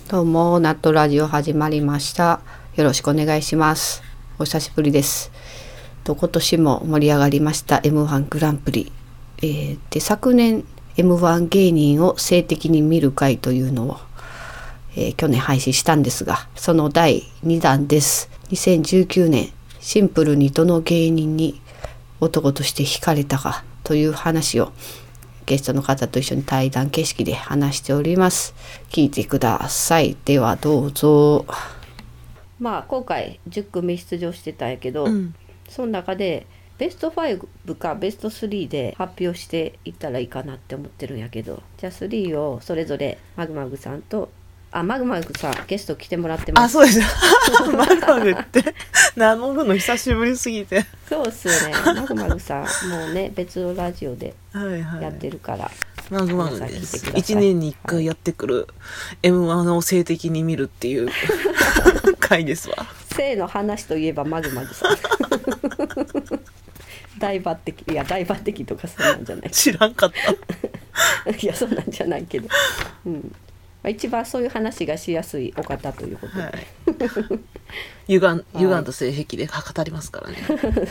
どうもナットラジオ始まりました。よろしくお願いします。お久しぶりです。今年も盛り上がりました M1 グランプリ、で昨年 M1 芸人を性的に見る会というのを、去年配信したんですが、その第2弾です。2019年シンプルにどの芸人に男として惹かれたかという話をゲストの方と一緒に対談形式で話しております。聞いてください。ではどうぞ。まあ今回10組出場してたんやけど、その中でベスト5かベスト3で発表していったらいいかなって思ってるんやけど、じゃあ3をそれぞれマグマグさんとマグマグさんゲスト来てもらってます。 そうですマグマグって名乗るの久しぶりすぎて。 そうっすよね。マグマグさんもうね別のラジオでやってるから、 マグマグです。1年に1回やってくる M1 を性的に見るっていう回ですわ。 性の話といえばマグマグさん大抜擢、いや大抜擢とかそんなんじゃない、 知らんかったいやそんなんじゃないけど、一番そういう話がしやすいお方ということで、 歪んだ性癖で語りますからね。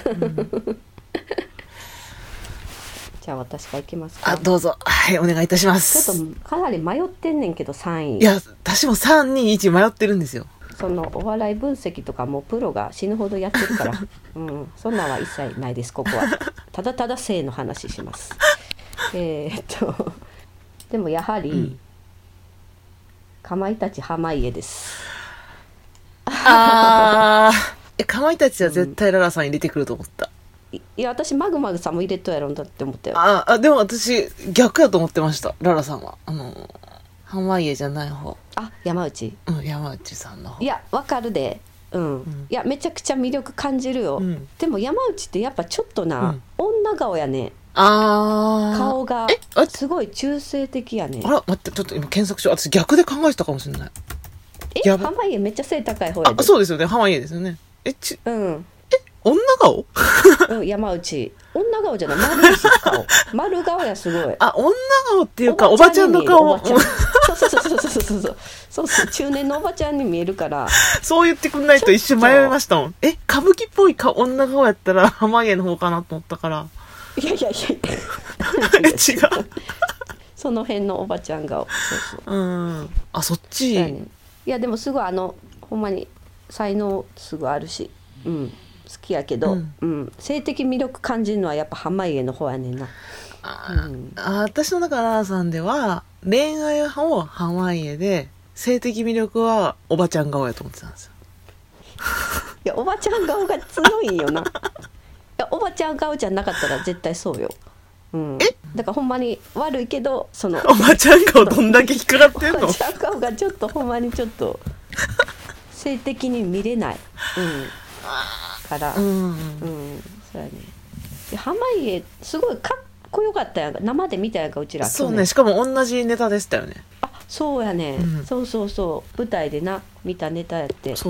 じゃあ私からいきますか。 どうぞ。はい、お願いいたします。 ちょっとかなり迷ってんねんけど3位。 いや私も3、2、1迷ってるんですよ。 そのお笑い分析とかもプロが死ぬほどやってるから、そんなんは一切ないです。ここはただただ性の話します。でもやはり、かまいたち濱家です。 かまいたちは絶対ララさん入れてくると思った。 いや私マグマグさんも入れとやろんだって思ったよ。 でも私逆やと思ってました。ララさんは濱家じゃない方。 山内、 山内さんの方。 いやわかるで、いやめちゃくちゃ魅力感じるよ、でも山内ってやっぱちょっとな、女顔やね。顔がすごい中性的やね。 待ってちょっと今検索しよう。私逆で考えてたかもしれない。 濱家めっちゃ背高い方やで。 そうですよね、濱家ですよね。女顔山内女顔じゃない、丸いし顔丸顔や。すごい女顔っていうかおばちゃんの顔。 そう中年のおばちゃんに見えるから。 そう言ってくんないと一瞬迷いましたもん。歌舞伎っぽい女顔やったら濱家の方かなと思ったから。 いや違うその辺のおばちゃん顔。 そっち、 いやでもすごいほんまに才能すごいあるし、好きやけど、性的魅力感じるのはやっぱ濱家の方やねんな。 私の中ララさんでは恋愛を濱家で、性的魅力はおばちゃん顔やと思ってたんですよ。 いやおばちゃん顔が強いんよな。いやおばちゃん顔じゃなかったら絶対そうよ。だからほんまに悪いけどおばちゃん顔どんだけ引っかかってんの。 おばちゃん顔がちょっとほんまにちょっと性的に見れない、から、そうやね。濱家すごいかっこよかったやんか、生で見たやんかうちら。 そうね、しかも同じネタでしたよね。 そうやね、そう舞台で見たネタやって。 そう、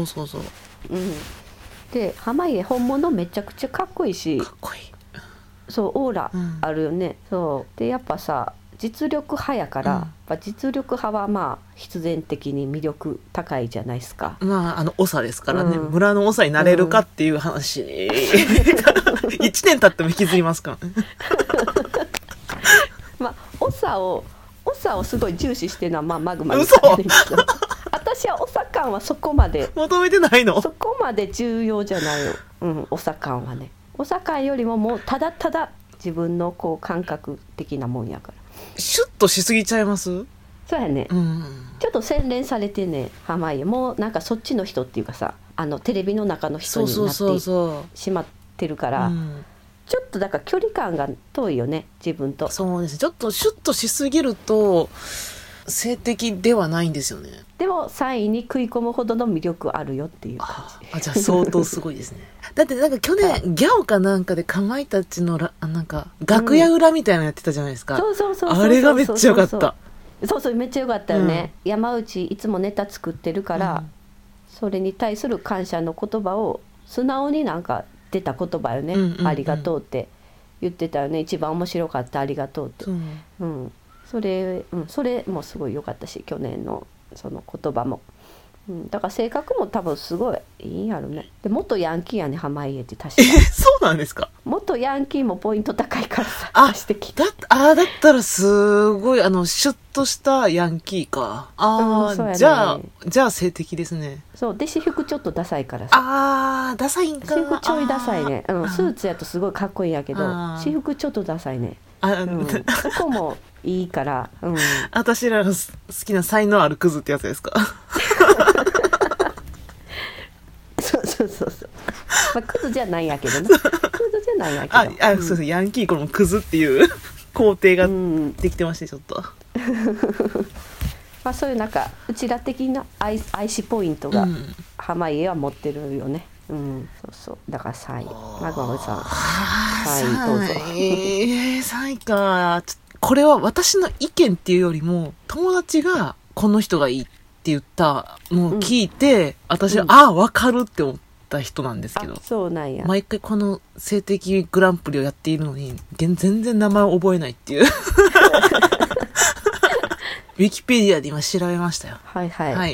で濱家本物めちゃくちゃかっこいいし、 かっこいい。 そうオーラあるよね、そうでやっぱさ実力派やから、やっぱ実力派はまあ必然的に魅力高いじゃないですか。 長ですからね、村の長になれるかっていう話、1年経っても引きずりますからね。 長をすごい重視してるのはマグマに嘘私は長感はそこまで求めてないの。 そこまで重要じゃないよ。長感はね、長感よりももうただただ自分のこう感覚的なもんやから。 シュッとしすぎちゃいます。 そうやね、ちょっと洗練されてね濱家もなんかそっちの人っていうかさ、テレビの中の人になってしまってるから、ちょっとだから距離感が遠いよね自分と。 そうですね、ちょっとシュッとしすぎると性的ではないんですよね。 でも3位に食い込むほどの魅力あるよっていう感じ。 じゃあ相当すごいですね。だってなんか去年ギャオかなんかでかまいたちのなんか楽屋裏みたいなのやってたじゃないですか。あれがめっちゃよかった。 そうめっちゃよかったよね、山内いつもネタ作ってるから、それに対する感謝の言葉を素直になんか出た言葉よね、ありがとうって言ってたよね。一番面白かったありがとうって、それもすごい良かったし、去年のその言葉も、だから性格も多分すごいいいんやろね。で元ヤンキーやね濱家って確かそうなんですか。 元ヤンキーもポイント高いからさ出してきて、 だったらすごいシュッとしたヤンキーか。 そうやね、 じゃあ性的ですね。 そうで私服ちょっとダサいからさ。 ダサいんか。 私服ちょいダサいね、スーツやとすごいかっこいいんやけど私服ちょっとダサいね。そこもいいから、 私らが好きな才能あるクズってやつですか。 そう、まあ、クズじゃないんやけどね。クズじゃないんやけど。 そうです、ヤンキーこのクズっていう工程ができてまして、ちょっと。 まあそういうなんかうちら的な愛しポイントが濱家は持ってるよね。そうだから3位。マグマさん3位どうぞ。 3位か。これは私の意見っていうよりも友達がこの人がいいって言ったのを聞いて、私は分かるって思った人なんですけど、 そうなんや。 毎回この性的グランプリをやっているのに全然名前を覚えないっていうウィキペディアで今調べましたよ。はい、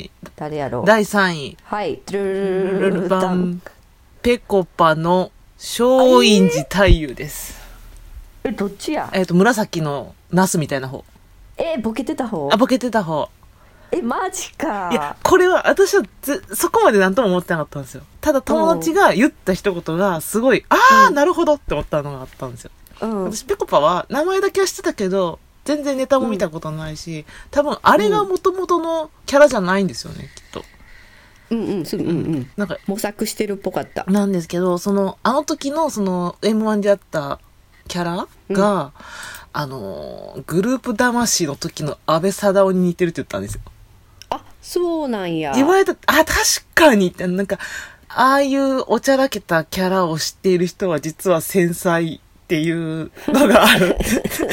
誰やろう。 第3位、ルルバンぺこぱの松陰寺太夫です。 どっちや。 紫のナスみたいな方。 ボケてた方。 ボケてた方。 マジか。 いや、これは私はそこまでなんとも思ってなかったんですよ。ただ友達が言った一言がすごい、なるほどって思ったのがあったんですよ。私ぺこぱは名前だけは知ってたけど全然ネタも見たことないし、多分あれが元々のキャラじゃないんですよね、きっと。 なんか模索してるっぽかった。 なんですけど、あの時のM1 であったキャラが、グループ魂の時の安倍貞夫に似てるって言ったんですよ。 そうなんや。 言われた、確かにって、なんか、ああいうおちゃらけたキャラを知っている人は実は繊細っていうのがある。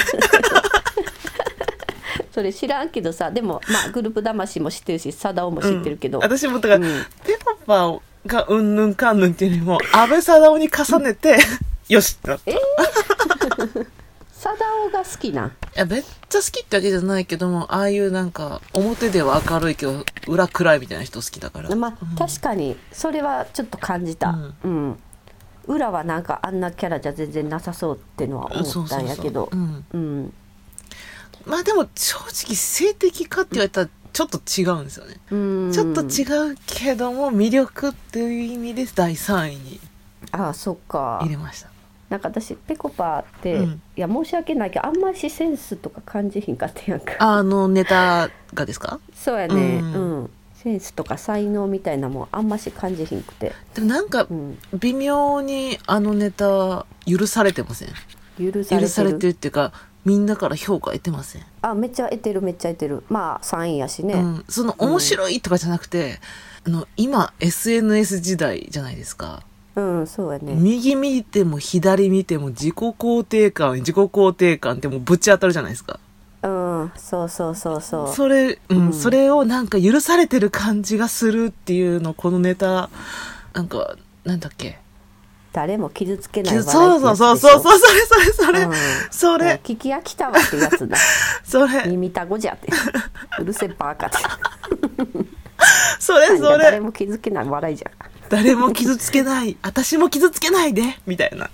それ知らんけどさ、でも、まあ、グループ魂も知ってるし、貞夫も知ってるけど。 私もだから、ぺこぱがうんぬんかんぬんっていうよりも、安倍貞夫に重ねて、よしってなった。 貞夫が好きなん？ いや、めっちゃ好きってわけじゃないけども、ああいうなんか表では明るいけど裏暗いみたいな人好きだから。 確かにそれはちょっと感じた。裏はなんかあんなキャラじゃ全然なさそうってのは思ったんやけど。まあでも正直性的かって言われたらちょっと違うんですよね。ちょっと違うけども魅力っていう意味で第3位にそっか入れました。 なんか私ぺこぱって、いや申し訳ないけどあんまりセンスとか感じひんかったやんか。 ネタがですか？ そうやね。センスとか才能みたいなもんあんまし感じひんくて。 でもなんか微妙にネタは許されてません？許されてるっていうかみんなから評価得てません？ めっちゃ得てるめっちゃ得てる。まあ3位やしね。 面白いとかじゃなくて、今 SNS 時代じゃないですか。 そうやね。 右見ても左見ても自己肯定感ってもうぶち当たるじゃないですか。 そう。 それをなんか許されてる感じがするっていうの、このネタ、なんか、なんだっけ。 誰も傷つけない笑い。 そう、それ。 聞き飽きたわってやつだ。 それ。 耳たごじゃって。うるせえバカって。 それ。 誰も傷つけない笑いじゃん。 誰も傷つけない、私も傷つけないでみたいな。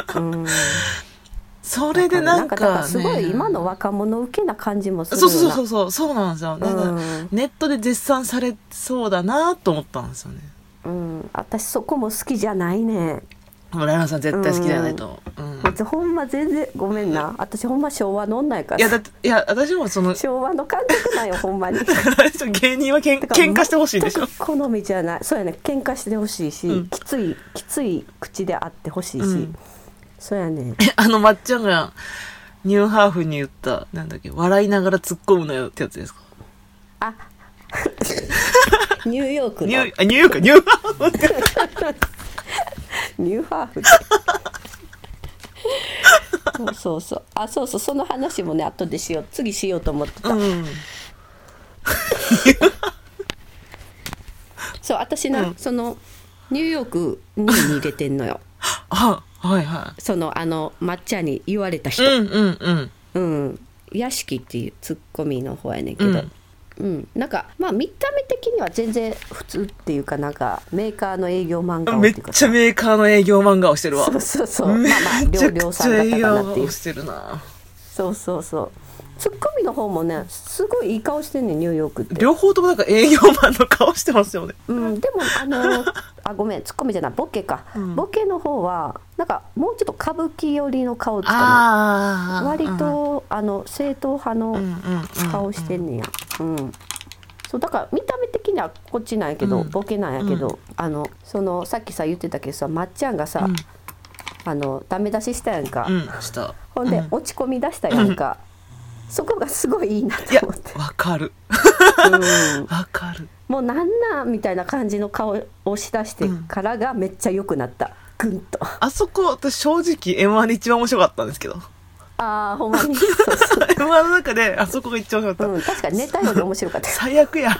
それでなんかすごい今の若者受けな感じもするよな。そうなんですよ。なんかネットで絶賛されそうだなと思ったんですよね。 私そこも好きじゃないね。 ライナさん絶対好きじゃないと。 ほんま全然ごめんな。私ほんま昭和の女やから。 いや私も昭和の感覚なんよほんまに。 芸人は喧嘩してほしいでしょ。 好みじゃない。そうやね。喧嘩してほしいし、きつい口であってほしいし。そうやね。 まっちゃんがニューハーフに言ったなんだっけ、笑いながら突っ込むなよってやつですか？ ニューヨークのニューハーフニューハーフそうその話もね後で次しようと思ってた。そう私な、ニューヨークに入れてんのよ。抹茶に言われた人、屋敷っていうツッコミの方やねんけど、 なんかまあ見た目的には全然普通っていうか、なんかメーカーの営業漫画をっていうか、 めっちゃメーカーの営業漫画をしてるわ。 そうまあまあ量産型かなっていう。 してるな。 そうツッコミの方もねすごいいい顔してんねんニューヨークって。 両方ともなんか営業マンの顔してますよね。 でもごめん、ツッコミじゃないボケか、ボケの方はなんかもうちょっと歌舞伎寄りの顔っていうか、割と正統派の顔してんねや。そうだから見た目的にはこっちなんやけど、ボケなんやけど、そのさっきさ言ってたけどさ、まっちゃんがさ、ダメ出ししたやんか、 したほんで、落ち込み出したやんか、そこがすごいいいなと思って。 わかるわかる。 もうなんみたいな感じの顔をしだしてからがめっちゃ良くなった、ぐんと。 あそこ私正直 M1 で一番面白かったんですけど。 ほんまに M1 の中であそこが一番面白かった。 確かにネタより面白かった最悪や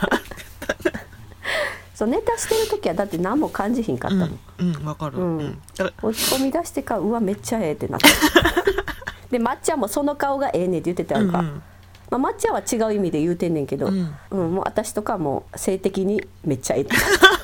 そうネタしてる時はだって何も感じひんかったもん。 わかる。 落ち込み出してからうわめっちゃええってなったでまっちゃんもその顔がええねんって言ってたやんか。まっちゃんは違う意味で言うてんねんけど、もう私とかも性的にめっちゃええって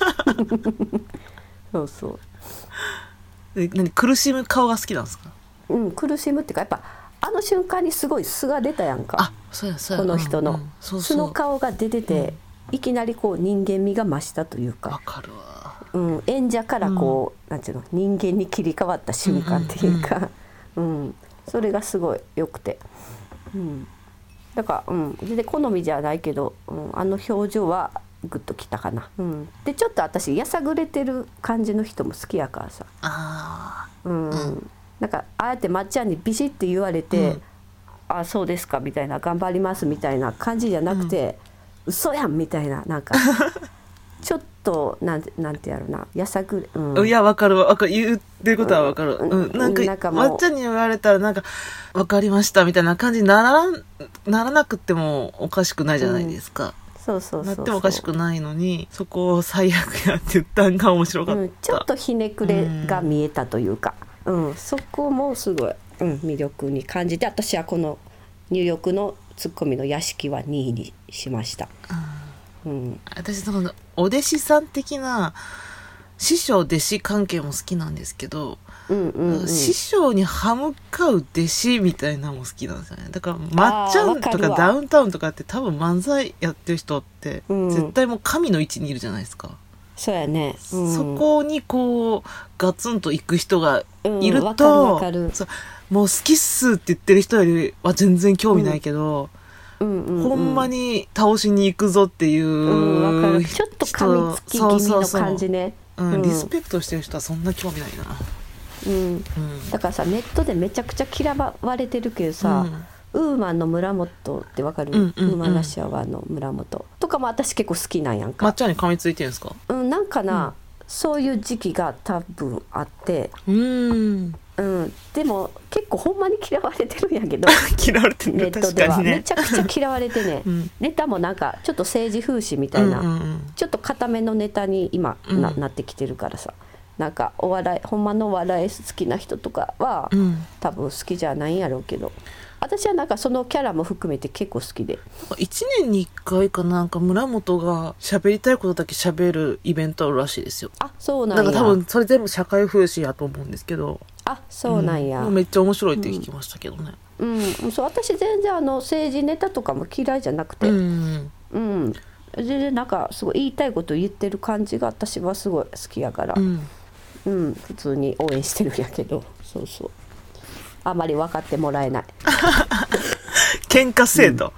そう何苦しむ顔が好きなんですか？ 苦しむっていうか、やっぱあの瞬間にすごい素が出たやんか。 そうやこの人の素の顔が出てて、いきなりこう人間味が増したというか、 わかるわ。 演者からこう、なんていうの、人間に切り替わった瞬間っていうか、それがすごい良くて、だから全然好みじゃないけど、あの表情はグッときたかな。でちょっと私やさぐれてる感じの人も好きやからさ。なんかああやってまっちゃんにビシッて言われて、あそうですかみたいな、頑張りますみたいな感じじゃなくて、嘘やんみたいな、なんかちょっとなんてやろな、やさぐれ、 いやわかる言ってることはわかる。なんかまっちゃんに言われたらなんかわかりましたみたいな感じにならなくてもおかしくないじゃないですか。 そうなってもおかしくないのに、そこを最悪やって言ったんが面白かった。 ちょっとひねくれが見えたというか、そこもすごい、魅力に感じて、私はこのニューヨークのツッコミの屋敷は2位にしました。 私そのお弟子さん的な師匠弟子関係も好きなんですけど、師匠に歯向かう弟子みたいなのも好きなんですよね。だからまっちゃんとかダウンタウンとかって多分漫才やってる人って、絶対もう神の位置にいるじゃないですか。 そうやね、 そこにこうガツンと行く人がいると、もう好きっすって言ってる人よりは全然興味ないけど、ほんまに倒しに行くぞっていう、 わかる。ちょっと噛みつき気味の感じね。 リスペクトしてる人はそんな興味ないな。 だからさ、ネットでめちゃくちゃ嫌われてるけどさ、ウーマンの村本ってわかる？ウーマンラッシュアワーの村本とかも私結構好きなんやんか。 まっちゃんに噛みついてるんですか？ なんかな、そういう時期が多分あって、でも結構ほんまに嫌われてるんやけど嫌われてる、 ネットではめちゃくちゃ嫌われてね、ネタもなんかちょっと政治風刺みたいな、ちょっと固めのネタに今 なってきてるからさ、なんかお笑い、ほんまのお笑い好きな人とかは、多分好きじゃないんやろうけど、私はなんかそのキャラも含めて結構好きで、 1年に1回かなんか村本が喋りたいことだけ喋るイベントあるらしいですよ。 そうなんや。 なんか多分それ全部社会風刺やと思うんですけど、 そうなんや、 めっちゃ面白いって聞きましたけどね。 そう、私全然政治ネタとかも嫌いじゃなくて、全然なんかすごい言いたいこと言ってる感じが私はすごい好きやから、普通に応援してるんやけど、あまり分かってもらえない喧嘩制度、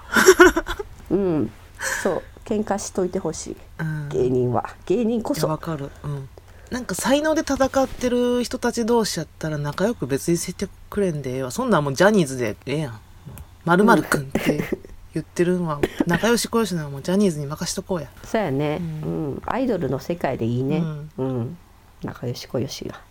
そう喧嘩しといてほしい、芸人こそ。 分かる、なんか才能で戦ってる人たち同士やったら仲良く別にせてくれんでええわ。そんなんもうジャニーズでええやん、〇〇くんって言ってるのは仲良しこよしなのもジャニーズに任しとこうや。 そうやね、アイドルの世界でいいね、仲良しこよしが。